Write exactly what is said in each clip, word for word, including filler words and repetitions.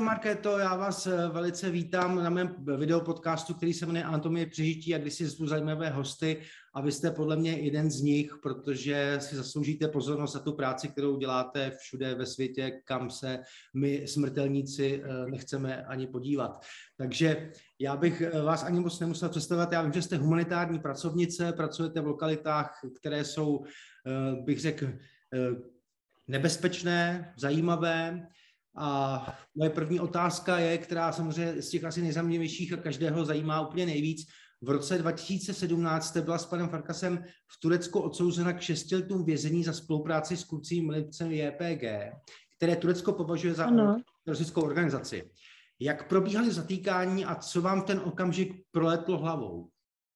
Markéto, já vás velice vítám na mém videopodcastu, který se jmenuje Anatomie přežití a kdy si zvu zajímavé hosty a vy jste podle mě jeden z nich, protože si zasloužíte pozornost za tu práci, kterou děláte všude ve světě, kam se my smrtelníci nechceme ani podívat. Takže já bych vás ani moc nemusel představovat, já vím, že jste humanitární pracovnice, pracujete v lokalitách, které jsou, bych řekl, nebezpečné, zajímavé. A moje první otázka je, která samozřejmě z těch asi nejzajímavějších a každého zajímá úplně nejvíc. V roce dva tisíce sedmnáct jste byla s panem Farkasem v Turecku odsouzena k šesti letům vězení za spolupráci s kurdskými milicemi J P G, které Turecko považuje za teroristickou organizaci. Jak probíhaly zatýkání a co vám v ten okamžik proletlo hlavou?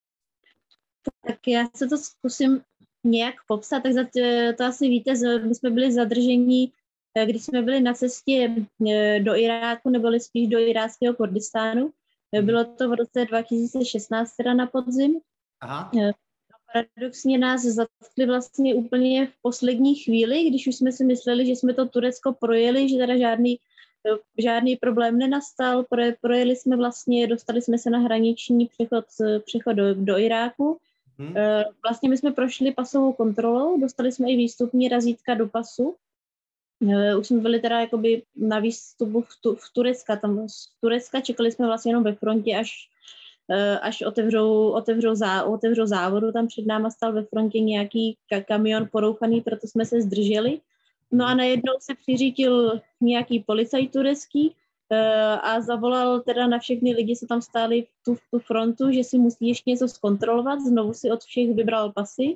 Tak já se to zkusím nějak popsat, tak to asi víte, my jsme byli zadrženi, když jsme byli na cestě do Iráku, neboli spíš do iráckého Kurdistánu. Bylo to v roce dva tisíce šestnáct, teda na podzim. Aha. Paradoxně nás zatkli vlastně úplně v poslední chvíli, když už jsme si mysleli, že jsme to Turecko projeli, že teda žádný, žádný problém nenastal. Projeli jsme vlastně, dostali jsme se na hraniční přechod, přechod do, do Iráku. Hmm. Vlastně my jsme prošli pasovou kontrolou, dostali jsme i výstupní razítka do pasu. Už jsme byli teda jakoby na výstupu v, tu, v Turecka, tam z Turecka čekali jsme vlastně jenom ve frontě, až, až otevřou, otevřou, zá, otevřou závodu, tam před náma stal ve frontě nějaký kamion porouchaný, proto jsme se zdrželi. No a najednou se přiřítil nějaký policajt turecký a zavolal teda na všechny lidi, co tam stáli v tu, v tu frontu, že si musí ještě něco zkontrolovat, znovu si od všech vybral pasy.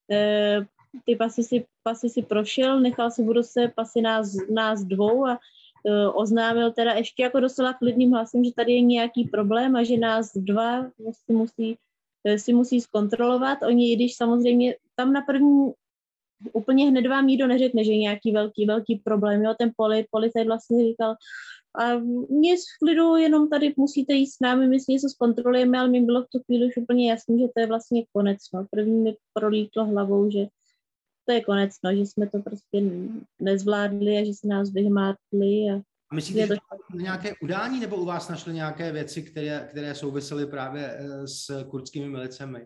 Ty pasy si, pasy si prošel, nechal si v ruce pasy nás, nás dvou a uh, oznámil teda ještě jako docela klidným hlasem, že tady je nějaký problém a že nás dva si musí, si musí zkontrolovat. Oni, i když samozřejmě tam na první úplně hned vám nikdo neřekne, že je nějaký velký, velký problém. Jo? Ten poli, policajt vlastně říkal, a mě v klidu, jenom tady musíte jít s námi, my si něco zkontrolujeme, ale mi bylo v tu chvíli už úplně jasný, že to je vlastně konec. No. První mi prolítlo hlavou, že to je konec, no, že jsme to prostě nezvládli a že se nás vyhmátli. A, a myslíte, že to nějaké udání, nebo u vás našli nějaké věci, které, které souvisely právě s kurdskými milicemi?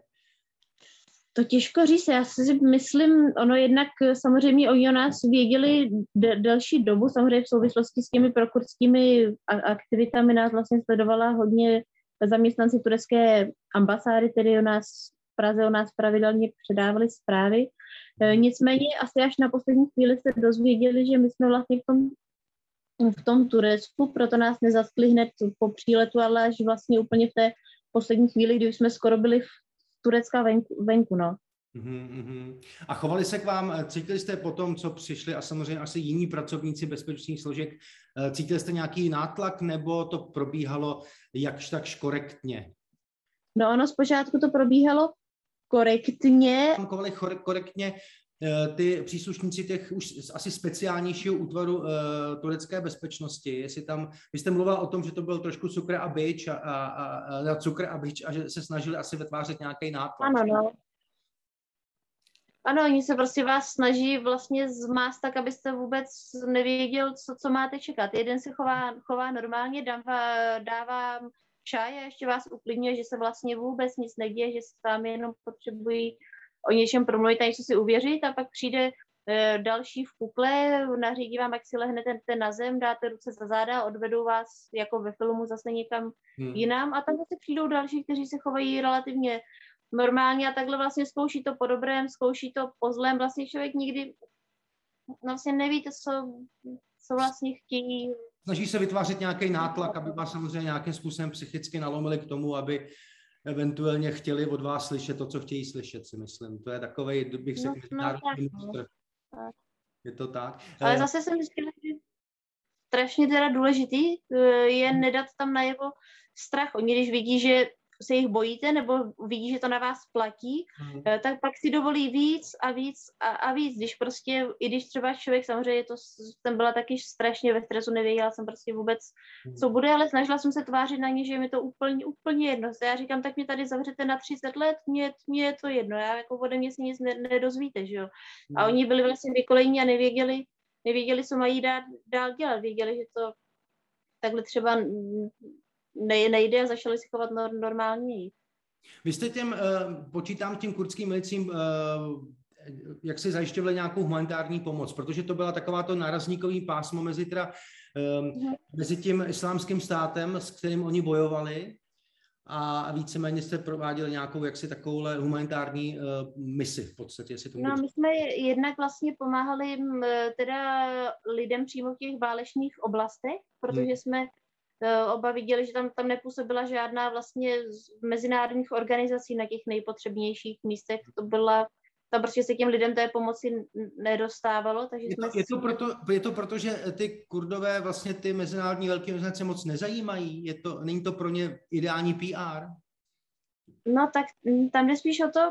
To těžko říct, já si myslím, ono jednak samozřejmě oni o nás věděli de- delší dobu, samozřejmě v souvislosti s těmi prokurdskými aktivitami nás vlastně sledovala hodně zaměstnanci turecké ambasády, tedy o nás v Praze o nás pravidelně předávali zprávy. E, nicméně asi až na poslední chvíli se dozvěděli, že my jsme vlastně v tom, v tom Turecku, proto nás nezatkli hned po příletu, ale až vlastně úplně v té poslední chvíli, kdy už jsme skoro byli v Turecka venku, venku no. Uhum. A chovali se k vám, cítili jste po tom, co přišli a samozřejmě asi jiní pracovníci bezpečnostních složek, cítili jste nějaký nátlak nebo to probíhalo jakž takž korektně? No ono zpočátku to probíhalo korektně. Chovali korektně ty příslušníci těch už asi speciálnějšího útvaru uh, turecké bezpečnosti, jestli tam, vy jste mluvila o tom, že to byl trošku cukr a bič a, a, a, a cukr a bič a že se snažili asi vytvářet nějaký nátlak. Ano, no. Ano, oni se prostě vás snaží vlastně zmást tak, abyste vůbec nevěděl, co, co máte čekat. Jeden se chová, chová normálně, dává, dává čaj a ještě vás uklidňuje, že se vlastně vůbec nic neděje, že se vám jenom potřebují o něčem promluvit a něco si uvěřit a pak přijde e, další v kukle, nařídí vám, jak si lehnete na zem, dáte ruce za záda, odvedou vás jako ve filmu zase někam hmm. jinam a tam zase přijdou další, kteří se chovají relativně normálně a takhle vlastně zkouší to po dobrém, zkouší to po zlém, vlastně člověk nikdy vlastně nevíte, co, co vlastně chtějí. Snaží se vytvářet nějaký nátlak, aby vás samozřejmě nějakým způsobem psychicky nalomili k tomu, aby eventuálně chtěli od vás slyšet to, co chtějí slyšet, si myslím. To je takovej, bych řekl, no, no, tak, no. Je to tak. Ale zase jsem říkala, že strašně teda důležitý je nedat tam najevo strach. Oni, když vidí, že se jich bojíte, nebo vidí, že to na vás platí, hmm. tak pak si dovolí víc a víc a, a víc, když prostě, i když třeba člověk, samozřejmě to jsem byla taky strašně ve stresu, nevěděla jsem prostě vůbec, hmm. co bude, ale snažila jsem se tvářit na ně, že je mi to úplně, úplně jedno. Já říkám, tak mě tady zavřete na třicet let, mě, mě je to jedno, já jako ode mě si nic ne, nedozvíte, že jo. Hmm. A oni byli vlastně vykolejní a nevěděli, nevěděli, co mají dát, dál dělat, věděli, že to takhle třeba ne, nejde a začali si chovat normálně. Vy jste těm, počítám těm kurdským milicím, jak si zajišťovali nějakou humanitární pomoc, protože to byla takováto nárazníkový pásmo mezi, teda, hmm. mezi tím islámským státem, s kterým oni bojovali, a víceméně jste prováděli nějakou jaksi takovouhle humanitární uh, misi v podstatě. Jestli to no, my jsme jednak vlastně pomáhali teda lidem přímo v těch válečných oblastech, protože hmm. jsme uh, oba viděli, že tam, tam nepůsobila žádná vlastně z mezinárodních organizací na těch nejpotřebnějších místech. To byla tam prostě se těm lidem té pomoci nedostávalo. Takže je, to, jsme... je, to proto, je to proto, že ty Kurdové vlastně ty mezinárodní velké organizace moc nezajímají? Je to, není to pro ně ideální P R? No tak tam jde spíš o to,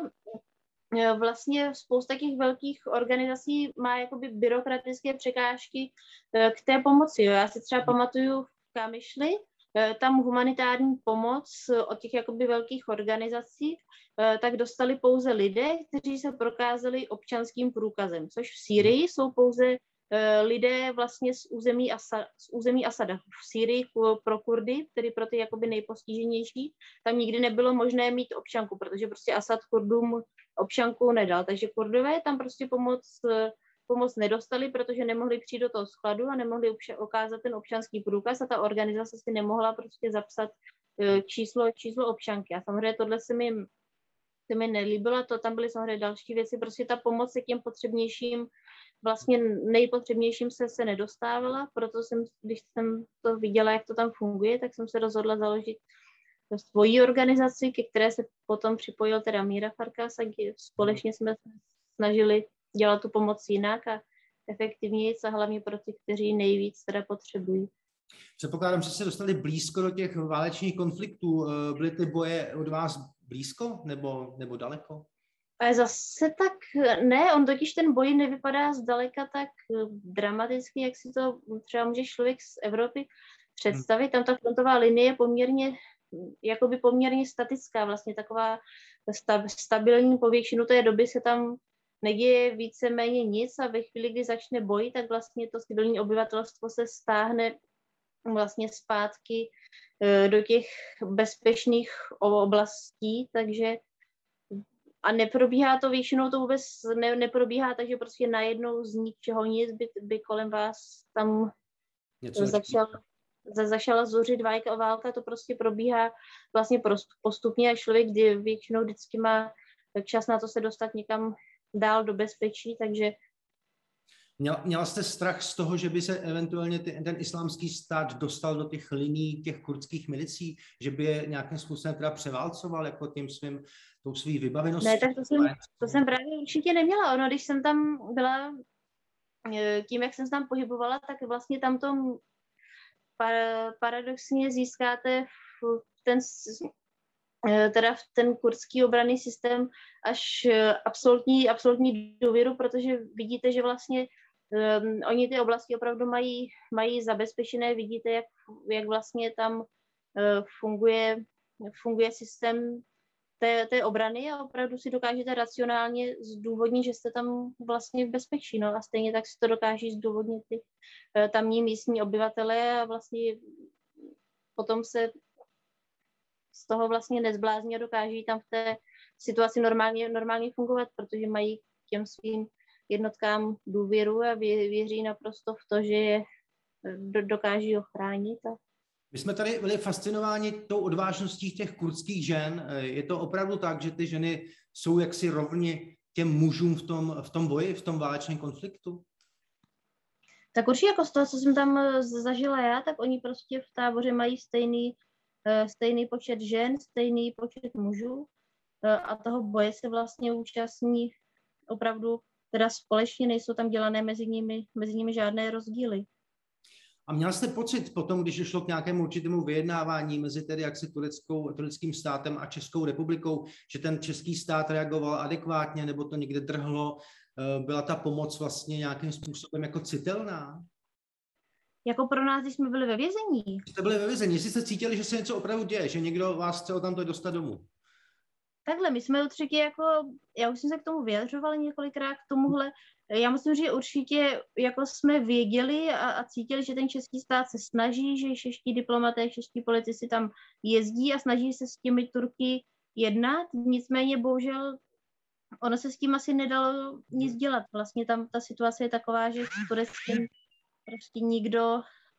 vlastně spousta těch velkých organizací má jakoby byrokratické překážky k té pomoci. Já si třeba pamatuju v Kamyšli, tam humanitární pomoc od těch jakoby velkých organizací, tak dostali pouze lidé, kteří se prokázali občanským průkazem, což v Sýrii jsou pouze lidé vlastně z území, Asa, z území Asada. V Sýrii pro Kurdy, tedy pro ty jakoby nejpostiženější, tam nikdy nebylo možné mít občanku, protože prostě Asad Kurdům občanku nedal. Takže Kurdové tam prostě pomoc, pomoc nedostali, protože nemohli přijít do toho skladu a nemohli obša- ukázat ten občanský průkaz a ta organizace si nemohla prostě zapsat číslo, číslo občanky. A samozřejmě tohle se mi se mi nelíbilo, to tam byly samozřejmě další věci, prostě ta pomoc se k těm potřebnějším, vlastně nejpotřebnějším se, se nedostávala, proto jsem, když jsem to viděla, jak to tam funguje, tak jsem se rozhodla založit svoji organizaci, ke které se potom připojil teda Míra Farkas a společně jsme se snažili dělat tu pomoc jinak a efektivněji a hlavně pro ty, kteří nejvíc teda potřebují. Předpokládám, že se dostali blízko do těch válečných konfliktů. Byly ty boje od vás blízko nebo, nebo daleko? A zase tak ne, on totiž ten boj nevypadá zdaleka tak dramaticky, jak si to třeba může člověk z Evropy představit. Tam ta frontová linie je poměrně, jakoby poměrně statická, vlastně taková stabilní, po většinu té doby se tam neděje víceméně nic a ve chvíli, kdy začne boj, tak vlastně to civilní obyvatelstvo se stáhne vlastně zpátky do těch bezpečných oblastí, takže a neprobíhá to většinou, to vůbec ne, neprobíhá, takže prostě najednou z ničeho nic by, by kolem vás tam začal, za, začala zuřit válka, válka, to prostě probíhá vlastně postupně a člověk kdy většinou vždycky má čas na to se dostat někam dál do bezpečí, takže Měla jste strach z toho, že by se eventuálně ty, ten islámský stát dostal do těch liní těch kurdských milicí, že by je nějakým způsobem teda převálcoval jako tím svým, tou svý vybaveností? Ne, tak to jsem, to jsem právě určitě neměla. Ono, když jsem tam byla, tím, jak jsem se tam pohybovala, tak vlastně tam to paradoxně získáte v ten, teda v ten kurdský obranný systém až absolutní, absolutní důvěru, protože vidíte, že vlastně Um, oni ty oblasti opravdu mají, mají zabezpečené, vidíte, jak, jak vlastně tam uh, funguje, funguje systém té, té obrany a opravdu si dokážete racionálně zdůvodnit, že jste tam vlastně v bezpečí. No a stejně tak si to dokáží zdůvodnit ty uh, tamní místní obyvatelé a vlastně potom se z toho vlastně nezblázní a dokáží tam v té situaci normálně, normálně fungovat, protože mají k těm svým jednotkám důvěru a vě, věří naprosto v to, že je do, dokáží ochránit. A... My jsme tady byli fascinováni tou odvážností těch kurdských žen. Je to opravdu tak, že ty ženy jsou jaksi rovni těm mužům v tom, v tom boji, v tom válečném konfliktu? Tak určitě jako z toho, co jsem tam zažila já, tak oni prostě v táboře mají stejný, stejný počet žen, stejný počet mužů a toho boje se vlastně účastní opravdu teda společně, nejsou tam dělané mezi nimi, mezi nimi žádné rozdíly. A měl jste pocit potom, když došlo k nějakému určitému vyjednávání mezi tedy jaksi tureckou, tureckým státem a Českou republikou, že ten český stát reagoval adekvátně, nebo to někde drhlo, byla ta pomoc vlastně nějakým způsobem jako citelná? Jako pro nás, když jsme byli ve vězení. Když jste byli ve vězení, jestli jste cítili, že se něco opravdu děje, že někdo vás chce tam to dostat domů? Takhle, my jsme určitě jako, já už jsem se k tomu vyjadřovala několikrát, k tomuhle, Já musím říct, že určitě jako jsme věděli a, a cítili, že ten český stát se snaží, že čeští diplomaté, čeští politici tam jezdí a snaží se s těmi Turky jednat, nicméně bohužel ono se s tím asi nedalo nic dělat. Vlastně tam ta situace je taková, že s Tureckem prostě nikdo,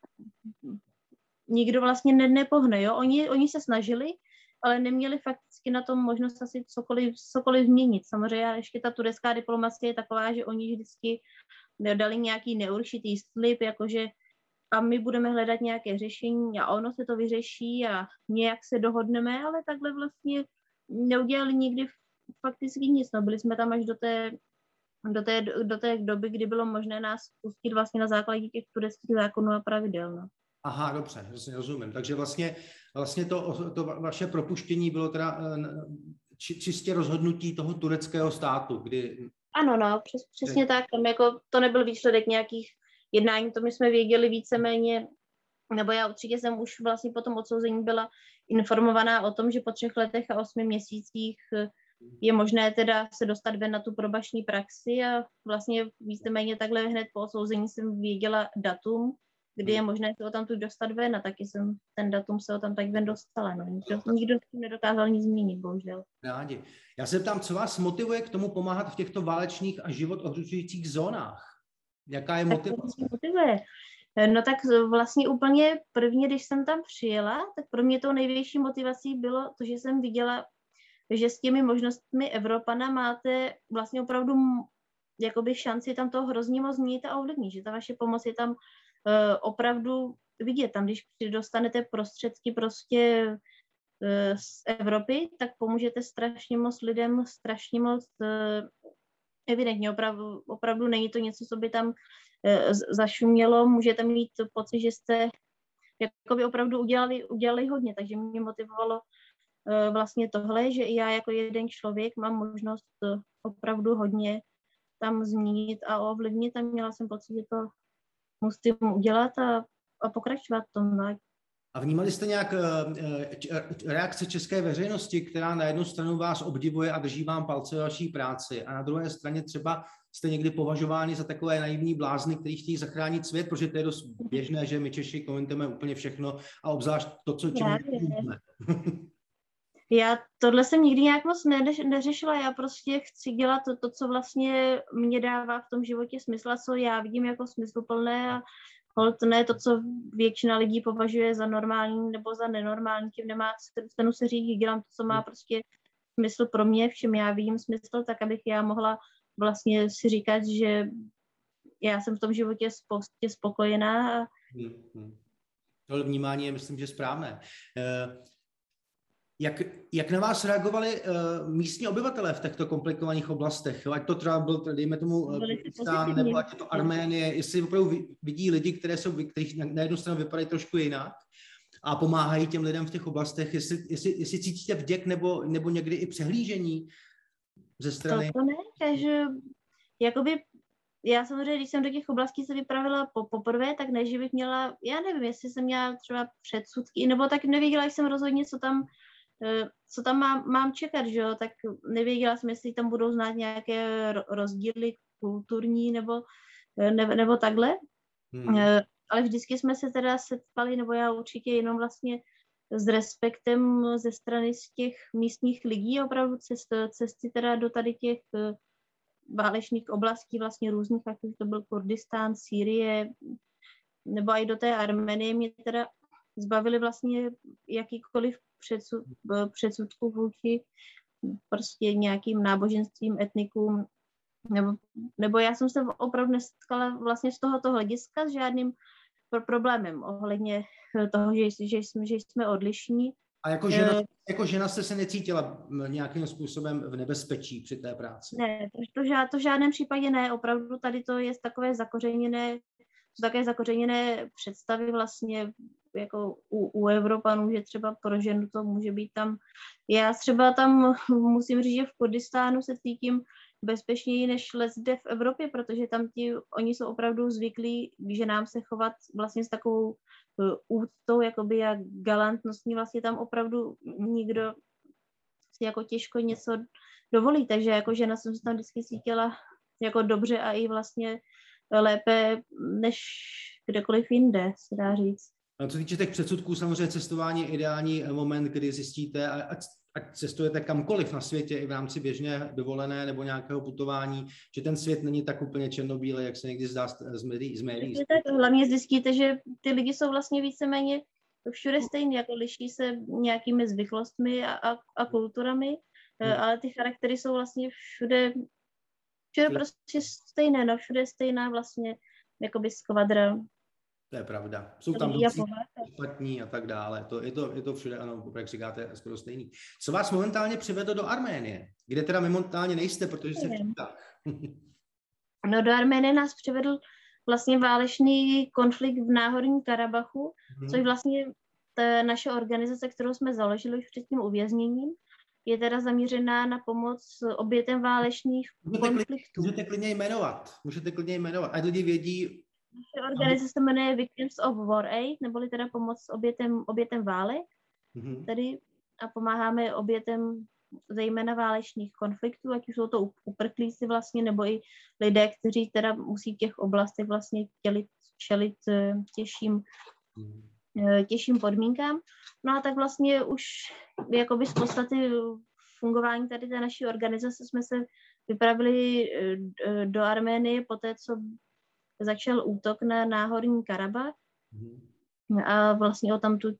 nikdo vlastně ne, nepohne. Jo? Oni, oni se snažili, ale neměli fakticky na tom možnost asi cokoliv, cokoliv změnit. Samozřejmě ještě ta turecká diplomacie je taková, že oni vždycky dali nějaký neurčitý slib, jakože a my budeme hledat nějaké řešení a ono se to vyřeší a nějak se dohodneme, ale takhle vlastně neudělali nikdy fakticky nic. No, byli jsme tam až do té, do té, do té doby, kdy bylo možné nás pustit vlastně na základě těch tureckých zákonů a pravidel. No. Aha, dobře, rozumím. Takže vlastně, vlastně to, to vaše propuštění bylo teda či, čistě rozhodnutí toho tureckého státu, kdy... Ano, no, přes, přesně tak. Jako, to nebyl výsledek nějakých jednání, to my jsme věděli víceméně, nebo já určitě jsem už vlastně po tom odsouzení byla informovaná o tom, že po třech letech a osmi měsících je možné teda se dostat ven na tu probační praxi a vlastně víceméně takhle hned po odsouzení jsem věděla datum, kdy je možné se o tam tu dostat ven a taky jsem ten datum se o tam tak ven dostala. No. Nikdo, nikdo s tím nedokázal nic změnit, bohužel. Rádi. Já se ptám, co vás motivuje k tomu pomáhat v těchto válečných a život ohrožujících zónách? Jaká je motivace? Tak motivuje. No tak vlastně úplně prvně, když jsem tam přijela, tak pro mě tou největší motivací bylo to, že jsem viděla, že s těmi možnostmi Evropana máte vlastně opravdu jakoby šanci tam to hrozně moc změnit a ovlivnit, že ta vaše pomoc je tam uh, opravdu vidět. Tam, když dostanete prostředky prostě uh, z Evropy, tak pomůžete strašně moc lidem, strašně moc uh, evidentně, opravdu, opravdu není to něco, co by tam uh, zašumělo, můžete mít pocit, že jste jakoby opravdu udělali, udělali hodně, takže mě motivovalo vlastně tohle, že i já jako jeden člověk mám možnost opravdu hodně tam změnit a ovlivnit a měla jsem pocit, že to musím udělat a, a pokračovat v tom. No. A vnímali jste nějak reakce české veřejnosti, která na jednu stranu vás obdivuje a drží vám palce ve vaší práci a na druhé straně třeba jste někdy považováni za takové naivní blázny, kteří chtějí zachránit svět, protože to je dost běžné, že my Češi komentujeme úplně všechno a obzvlášť to, co čemu nevíme. Já tohle jsem nikdy nějak moc ne, neřešila, já prostě chci dělat to, to, co vlastně mě dává v tom životě smysl a co já vidím jako smysluplné a holt ne to, co většina lidí považuje za normální nebo za nenormální, tím nemá cenu se řídit, dělám to, co má prostě smysl pro mě, v čem já vidím smysl, tak abych já mohla vlastně si říkat, že já jsem v tom životě prostě spokojená. A... Hmm, hmm. Tohle vnímání je, myslím, že správné. Uh... Jak, jak na vás reagovali uh, místní obyvatelé v těchto komplikovaných oblastech? Ať to třeba byl, dejme tomu, Kurdistán, nebo ať je to Arménie, jestli opravdu vidí lidi, které jsou, kteří na jednu stranu vypadají trošku jinak a pomáhají těm lidem v těch oblastech, jestli, jestli, jestli cítíte vděk nebo, nebo někdy i přehlížení ze strany... To, to ne, takže jakoby já samozřejmě, když jsem do těch oblastí se vypravila po, poprvé, tak ne, že bych měla, já nevím, jestli jsem měla třeba předsudky, nebo tak nevěděla jsem rozhodně, co tam co tam mám, mám čekat, že jo, tak nevěděla jsem, jestli tam budou znát nějaké rozdíly kulturní nebo, ne, nebo takhle, hmm. ale vždycky jsme se teda setkali, nebo já určitě jenom vlastně s respektem ze strany z těch místních lidí, opravdu cest, cesty teda do tady těch válečných oblastí vlastně různých, ať už to byl Kurdistán, Sýrie, nebo i do té Arménie mě teda zbavili vlastně jakýkoliv předsud, předsudků vůči prostě nějakým náboženstvím, etnikům, nebo, nebo já jsem se opravdu nesetkala vlastně z tohoto hlediska s žádným pro problémem ohledně toho, že, že, jsme, že jsme odlišní. A jako žena, e, jako žena jste se necítila nějakým způsobem v nebezpečí při té práci? Ne, to, to, to v žádném případě ne, opravdu tady to je takové zakořeněné, jsou také zakořeněné představy vlastně jako u, u Evropanů, že třeba pro ženu to může být tam. Já třeba tam musím říct, že v Kurdistánu se cítím bezpečněji než zde v Evropě, protože tam ti, oni jsou opravdu zvyklí k ženám se chovat vlastně s takovou uh, úctou, jakoby jak galantnostní, vlastně tam opravdu nikdo si jako těžko něco dovolí, takže jako žena jsem se tam vždycky cítila jako dobře a i vlastně lépe než kdekoliv jinde, se dá říct. A co týče těch předsudků, samozřejmě cestování je ideální moment, kdy zjistíte, ať, ať cestujete kamkoliv na světě i v rámci běžné dovolené nebo nějakého putování, že ten svět není tak úplně černobílý, jak se někdy zdá z médií. Z médií. Tak hlavně zjistíte, že ty lidi jsou vlastně víceméně všude stejný, jako liší se nějakými zvyklostmi a, a, a kulturami, hmm. ale ty charaktery jsou vlastně všude, všude prostě stejné, no, všude je stejná vlastně jakoby skvadra. To je pravda. Jsou tam lucí, špatní a tak dále. To, je, to, je to všude, ano, jak říkáte, skoro stejný. Co vás momentálně přivedlo do Arménie? Kde teda momentálně nejste, protože jste v Čechách? No do Arménie nás přivedl vlastně válečný konflikt v Náhorním Karabachu, hmm. což vlastně ta naše organizace, kterou jsme založili už před tím uvězněním, je teda zaměřená na pomoc obětem válečných můžete konfliktů. Klidně, můžete klidně jmenovat. Můžete klidně jmenovat. Ať lidi vědí. Naše organizace se jmenuje Victims of War Aid, neboli teda pomoc obětem, obětem válek. Hmm. Tady a pomáháme obětem zejména válečných konfliktů, ať už jsou to uprchlíci vlastně, nebo i lidé, kteří teda musí v těch oblastech vlastně čelit, čelit těžším, těžším podmínkám. No a tak vlastně už jakoby z podstaty fungování tady té naší organizace jsme se vypravili do Arménie poté, co začal útok na Náhorní Karabach a vlastně o tamtud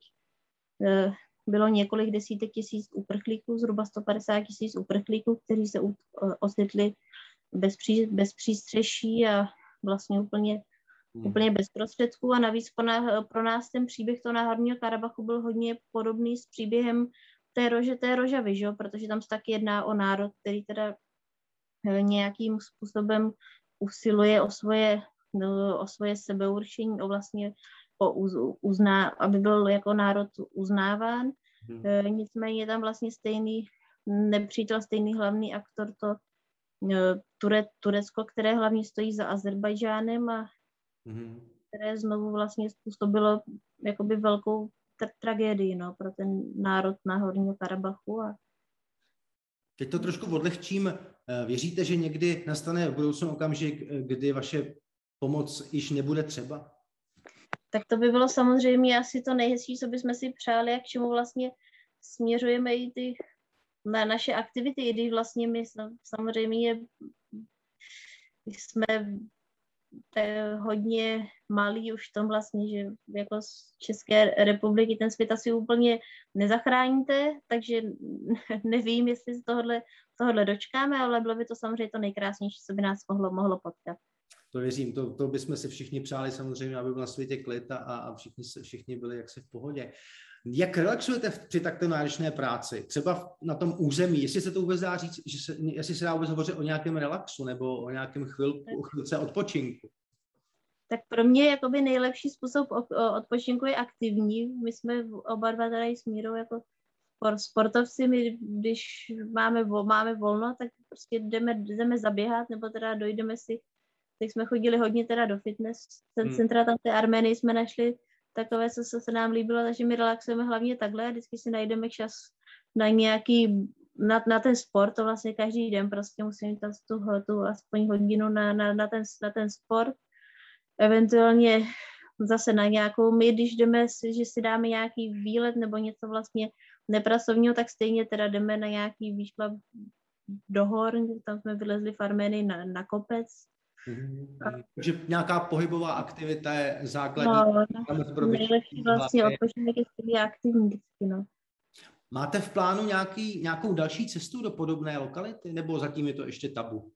bylo několik desítek tisíc uprchlíků, zhruba sto padesát tisíc uprchlíků, kteří se ocitli bez, pří, bez přístřeší a vlastně úplně, hmm. úplně bez prostředků. A navíc pro, na, pro nás ten příběh toho Náhorního Karabachu byl hodně podobný s příběhem té, rože, té Rožavy, že? Protože tam se taky jedná o národ, který teda nějakým způsobem usiluje o svoje, no, o svoje sebeurčení, o vlastně o uzná, aby byl jako národ uznáván. Hmm. E, nicméně tam vlastně stejný nepřítel, stejný hlavní aktor, to e, Ture, Turecko, které hlavně stojí za Azerbajdžánem a hmm. které znovu vlastně způsobilo jakoby velkou tra- tragédii no, pro ten národ Náhorního Karabachu. A... Teď to trošku odlehčím. Věříte, že někdy nastane v budoucnu okamžik, kdy vaše pomoc již nebude třeba? Tak to by bylo samozřejmě asi to nejhezčí, co bychom si přáli a k čemu vlastně směřujeme i ty na naše aktivity, i když vlastně my samozřejmě jsme hodně malí už v tom vlastně, že jako z České republiky ten svět asi úplně nezachráníte, takže nevím, jestli z tohohle, tohohle dočkáme, ale bylo by to samozřejmě to nejkrásnější, co by nás mohlo, mohlo potkat. To věřím, to, to bychom si všichni přáli samozřejmě, aby byl na světě klid a, a všichni, všichni byli jaksi v pohodě. Jak relaxujete v, při takto náročné práci? Třeba v, na tom území, jestli se to vůbec dá říct, že se, jestli se dá vůbec hovořit o nějakém relaxu nebo o nějakém chvilku, chvilce odpočinku? Tak pro mě jakoby nejlepší způsob odpočinku je aktivní. My jsme oba dva tady s Mírou jako sportovci, my když máme, máme volno, tak prostě jdeme, jdeme zaběhat nebo teda dojdeme si. Tak jsme chodili hodně teda do fitness hmm. centra, tam v té Arménii jsme našli takové, co se nám líbilo, takže my relaxujeme hlavně takhle a vždycky si najdeme čas na nějaký, na, na ten sport, to vlastně každý den prostě musím mít tu, tu aspoň hodinu na, na, na, ten, na ten sport. Eventuálně zase na nějakou, my když jdeme, že si dáme nějaký výlet nebo něco vlastně nepracovního, tak stejně teda jdeme na nějaký výšlap do hor, tam jsme vylezli v Arménii na, na kopec. Takže mm-hmm. nějaká pohybová aktivita je základní. No, nejlepší vlastně odpočinek je aktivní vždycky, no. Máte v plánu nějaký, nějakou další cestu do podobné lokality, nebo zatím je to ještě tabu?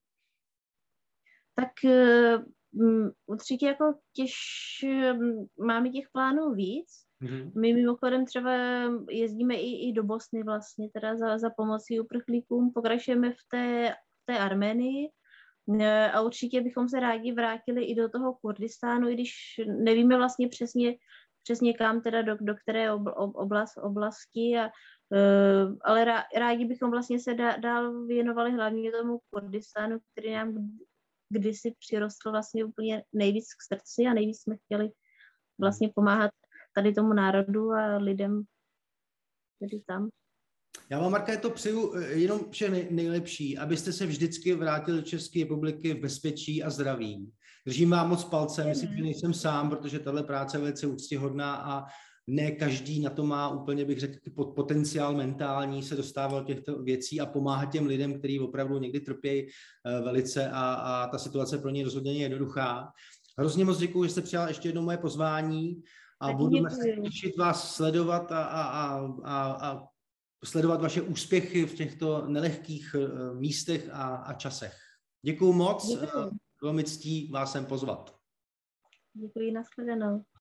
Tak um, určitě jako těž, um, máme těch plánů víc. Mm-hmm. My mimochodem třeba jezdíme i, i do Bosny vlastně, teda za, za pomocí uprchlíkům, pokračujeme v té, v té Arménii. A určitě bychom se rádi vrátili i do toho Kurdistánu, i když nevíme vlastně přesně, přesně kam, teda do, do které ob, ob, oblast, oblasti, a, uh, ale rá, rádi bychom vlastně se dá, dál věnovali hlavně tomu Kurdistánu, který nám kdysi přirostl vlastně úplně nejvíc k srdci a nejvíc jsme chtěli vlastně pomáhat tady tomu národu a lidem, kteří tam. Já vám, Markéto, přeju jenom vše nejlepší, abyste se vždycky vrátili do České republiky v bezpečí a zdraví. Držím vám moc palce, myslím, že nejsem sám, protože tahle práce je velice úctyhodná a ne každý na to má úplně, bych řekl, potenciál mentální se dostávat do těchto věcí a pomáhat těm lidem, kteří opravdu někdy trpějí velice a, a ta situace pro ně rozhodně je jednoduchá. Hrozně moc děkuji, že jste přijala ještě jednou moje pozvání a budeme se těšit vás sledovat a, a, a, a, a sledovat vaše úspěchy v těchto nelehkých místech a, a časech. Děkuji moc, děkuji. Bylo mi ctí vás sem pozvat. Děkuji, nashledanou.